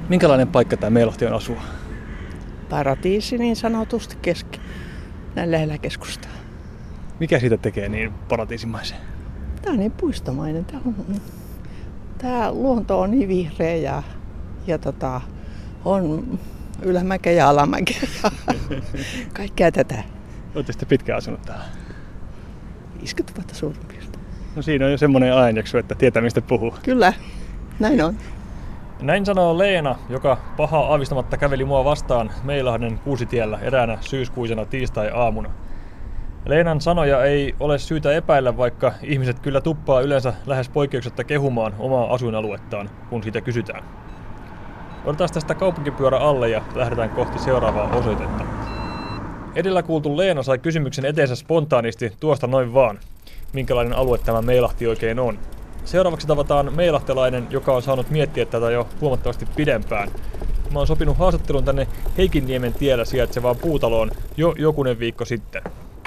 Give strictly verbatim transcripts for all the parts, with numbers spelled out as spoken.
Minkälainen paikka tämä Meilahti on asua? Paratiisi niin sanotusti keski, näin lähellä keskustaa. Mikä siitä tekee niin paratiisimaisen? Tämä on niin puistomainen. Tämä, on, tämä luonto on niin vihreä ja, ja tota, on ylämäkeä ja alamäkeä ja kaikkea tätä. Olette sitten pitkään asunut täällä? viisikymmentä vuotta suurin piirtein. No siinä on jo semmoinen ajanjakso, että tietää mistä puhuu. Kyllä, näin on. Näin sanoo Leena, joka pahaa aavistamatta käveli mua vastaan Meilahden Kuusitiellä eräänä syyskuisena tiistai-aamuna. Leenan sanoja ei ole syytä epäillä, vaikka ihmiset kyllä tuppaa yleensä lähes poikkeuksetta kehumaan omaa asuinaluettaan, kun siitä kysytään. Otetaan tästä kaupunkipyörä alle ja lähdetään kohti seuraavaa osoitetta. Edellä kuultu Leena sai kysymyksen eteensä spontaanisti tuosta noin vaan, minkälainen alue tämä Meilahti oikein on. Seuraavaksi tavataan meilahtelainen, joka on saanut miettiä tätä jo huomattavasti pidempään. Mä oon sopinut haastattelun tänne Heikinniemen tiellä sijaitsevaan puutaloon jo jokunen viikko sitten.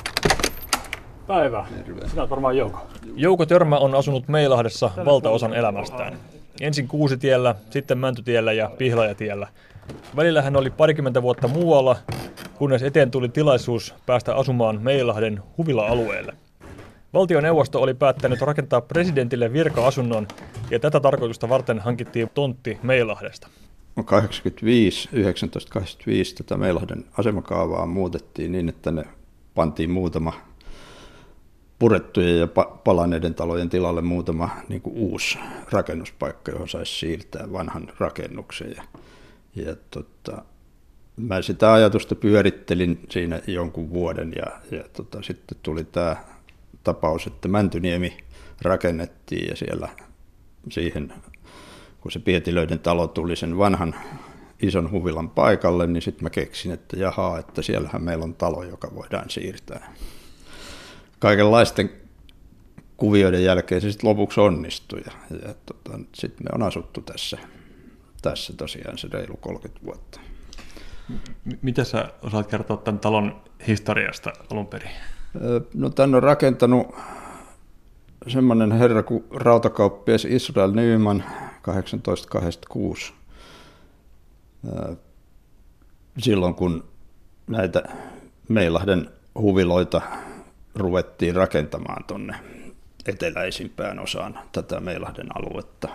Päivää. Sinä olet varmaan Jouko. Jouko Törmä on asunut Meilahdessa valtaosan elämästään. Ensin Kuusitiellä, sitten Mäntytiellä ja Pihlajatiellä. Välillä hän oli parikymmentä vuotta muualla, kunnes eteen tuli tilaisuus päästä asumaan Meilahden huvila-alueelle. Valtioneuvosto oli päättänyt rakentaa presidentille virka-asunnon ja tätä tarkoitusta varten hankittiin tontti Meilahdesta. kahdeksankymmentäviisi, tuhatyhdeksänsataakahdeksankymmentäviisi tätä Meilahden asemakaavaa muutettiin niin, että ne pantiin muutama purettujen ja palaneiden talojen tilalle muutama niin kuin uusi rakennuspaikka, johon saisi siirtää vanhan rakennuksen. Ja, ja tota, mä sitä ajatusta pyörittelin siinä jonkun vuoden ja, ja tota, sitten tuli tämä tapaus, että Mäntyniemi rakennettiin ja siellä siihen, kun se Pietilöiden talo tuli sen vanhan ison huvilan paikalle, niin sitten mä keksin, että jaha, että siellähän meillä on talo, joka voidaan siirtää. Kaikenlaisten kuvioiden jälkeen se sitten lopuksi onnistui ja, ja tota, sitten me on asuttu tässä, tässä tosiaan se reilu kolmekymmentä vuotta. Mitä sä osaat kertoa tämän talon historiasta alun perin? No tän on rakentanut semmoinen herra kuin rautakauppias Israel Nyman tuhatkahdeksansataakahdeksankymmentäkuusi. Silloin kun näitä Meilahden huviloita ruvettiin rakentamaan tuonne eteläisimpään osaan tätä Meilahden aluetta.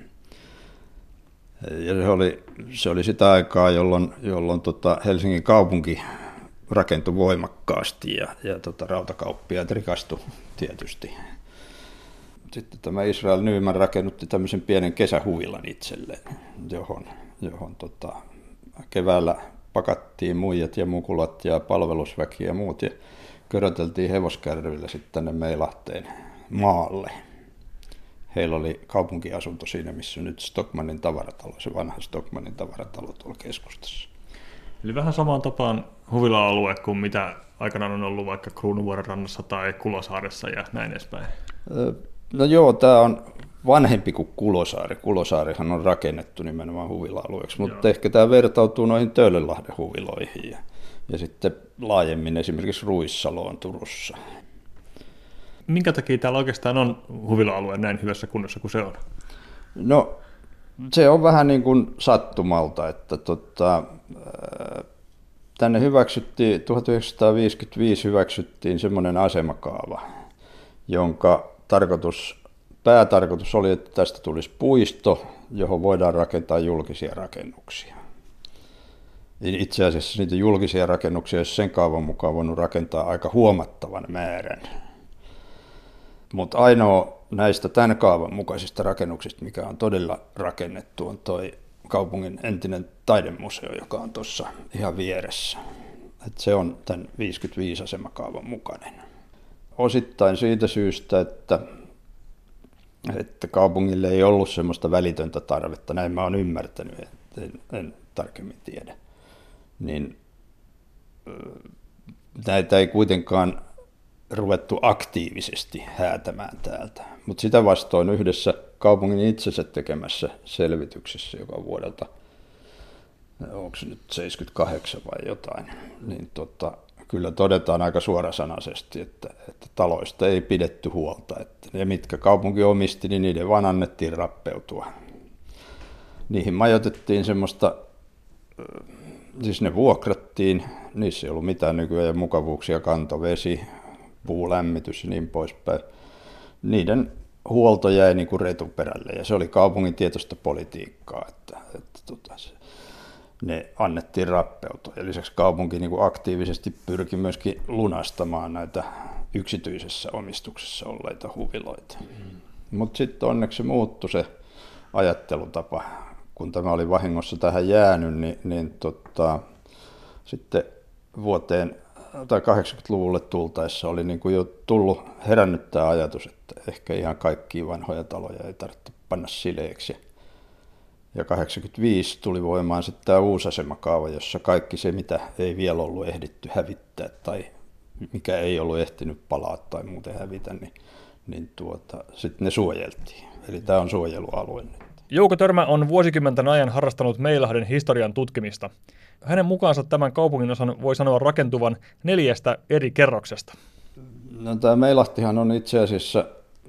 Ja se oli, se oli sitä aikaa, jolloin, jolloin tota Helsingin kaupunki rakentui voimakkaasti ja, ja tota, rautakauppiaat rikastui tietysti. Sitten tämä Israel Nyman rakennutti tämmöisen pienen kesähuvilan itselleen, johon, johon tota, keväällä pakattiin muijat ja mukulat ja palvelusväki ja muut ja köröteltiin hevoskärryillä sitten tänne Meilahteen maalle. Heillä oli kaupunkiasunto siinä, missä nyt Stockmannin tavaratalo, se vanha Stockmannin tavaratalo tuolla keskustassa. Eli vähän samaan tapaan huvila-alue kuin mitä aikanaan on ollut vaikka Kruunuvuoren rannassa tai Kulosaaressa ja näin edespäin. No joo, tämä on vanhempi kuin Kulosaari. Kulosaarihan on rakennettu nimenomaan huvila-alueeksi, mutta joo, ehkä tämä vertautuu noihin Töölönlahden huviloihin ja, ja sitten laajemmin esimerkiksi Ruissaloon Turussa. Minkä takia täällä oikeastaan on huvila-alue näin hyvässä kunnossa kuin se on? No se on vähän niin kuin sattumalta, että tota, tänne hyväksyttiin, tuhatyhdeksänsataaviisikymmentäviisi hyväksyttiin semmoinen asemakaava, jonka tarkoitus, päätarkoitus oli, että tästä tulisi puisto, johon voidaan rakentaa julkisia rakennuksia. Itse asiassa niitä julkisia rakennuksia olisi sen kaavan mukaan voinut rakentaa aika huomattavan määrän. Mutta ainoa näistä tämän kaavan mukaisista rakennuksista, mikä on todella rakennettu, on toi kaupungin entinen taidemuseo, joka on tuossa ihan vieressä. Et se on tämän viisikymmentäviisi asemakaavan mukainen. Osittain siitä syystä, että, että kaupungille ei ollut semmoista välitöntä tarvetta, näin mä oon ymmärtänyt, että en, en tarkemmin tiedä. Niin näitä ei kuitenkaan ruvettu aktiivisesti häätämään täältä. Mutta sitä vastoin yhdessä kaupungin itsensä tekemässä selvityksessä, joka on vuodelta, onko se nyt seitsemänkymmentäkahdeksan vai jotain, niin tota, kyllä todetaan aika suorasanaisesti, että, että taloista ei pidetty huolta. Että ne, mitkä kaupunki omisti, niin niiden vaan annettiin rappeutua. niihin majoitettiin semmoista, siis ne vuokrattiin, niissä ei ollut mitään nykyään ja mukavuuksia, kantovesi, puulämmitys ja niin poispäin. Niiden huolto jäi niin kuin retuperälle ja se oli kaupungin tietoista politiikkaa, että, että tota, se, ne annettiin rappeutua. Ja lisäksi kaupunki niin kuin aktiivisesti pyrki myöskin lunastamaan näitä yksityisessä omistuksessa olleita huviloita. Mm. Mutta sitten onneksi se muuttui se ajattelutapa. Kun tämä oli vahingossa tähän jäänyt, niin, niin tota, sitten vuoteen tai kahdeksankymmentäluvulle tultaessa oli niin kuin jo tullut herännyt tämä ajatus, että ehkä ihan kaikkia vanhoja taloja ei tarvitse panna sileeksi. Ja kahdeksankymmentäviisi tuli voimaan sitten tämä uusi asemakaava, jossa kaikki se, mitä ei vielä ollut ehditty hävittää tai mikä ei ollut ehtinyt palaa tai muuten hävitä, niin, niin tuota, sitten ne suojeltiin. Eli tämä on suojelualue nyt. Jouko Törmä on vuosikymmenten ajan harrastanut Meilahden historian tutkimista. Hänen mukaansa tämän kaupunginosan voi sanoa rakentuvan neljästä eri kerroksesta. No, tämä Meilahtihan on itse asiassa,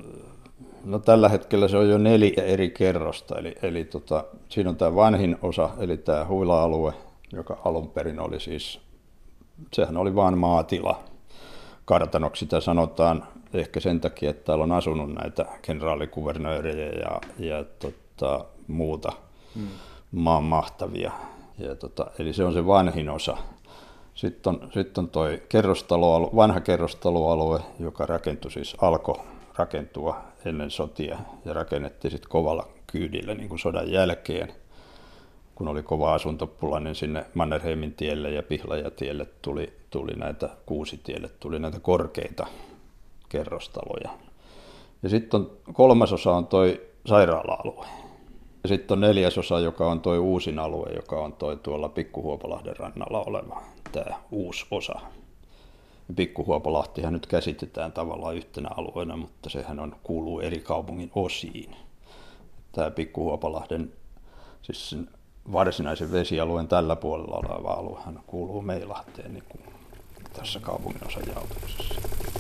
no tällä hetkellä se on jo neljä eri kerrosta. Eli, eli tota, siinä on tämä vanhin osa, eli tämä huila-alue, joka alun perin oli siis, sehän oli vain maatila. Kartanoksi sitä sanotaan ehkä sen takia, että täällä on asunut näitä kenraalikuvernöörejä ja, ja tota, muuta hmm. maan mahtavia. Ja tota, eli se on se vanhin osa. Sitten on, sitten on toi kerrostaloalue, vanha kerrostaloalue, joka rakentui siis, alkoi rakentua ennen sotia ja rakennettiin sitten kovalla kyydillä niin kuin sodan jälkeen. Kun oli kova asuntopula, niin sinne Mannerheimin tielle ja Pihlajatielle tuli, tuli näitä, Kuusitielle tuli näitä korkeita kerrostaloja. Ja sitten on kolmas osa on toi sairaala-alue. Ja sitten on neljäs osa, joka on toi uusin alue, joka on toi tuolla Pikkuhuopalahden rannalla oleva, tämä uusi osa. Pikkuhuopalahtihan nyt käsitetään tavallaan yhtenä alueena, mutta sehän on, kuuluu eri kaupungin osiin. Tämä Pikkuhuopalahden, siis sen varsinaisen vesialueen tällä puolella oleva aluehan kuuluu Meilahteen niin kuin tässä kaupungin osan jaotuksessa.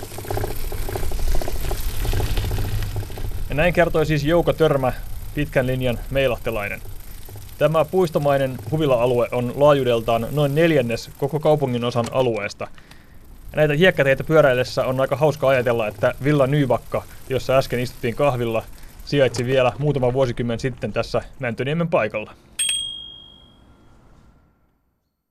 Ja näin kertoi siis Jouko Törmä, pitkän linjan meilahtelainen. Tämä puistomainen huvila-alue on laajuudeltaan noin neljännes koko kaupungin osan alueesta. Ja näitä hiekkateitä pyöräillessä on aika hauska ajatella, että Villa Nybakka, jossa äsken istuttiin kahvilla, sijaitsi vielä muutama vuosikymmen sitten tässä Mäntyniemen paikalla.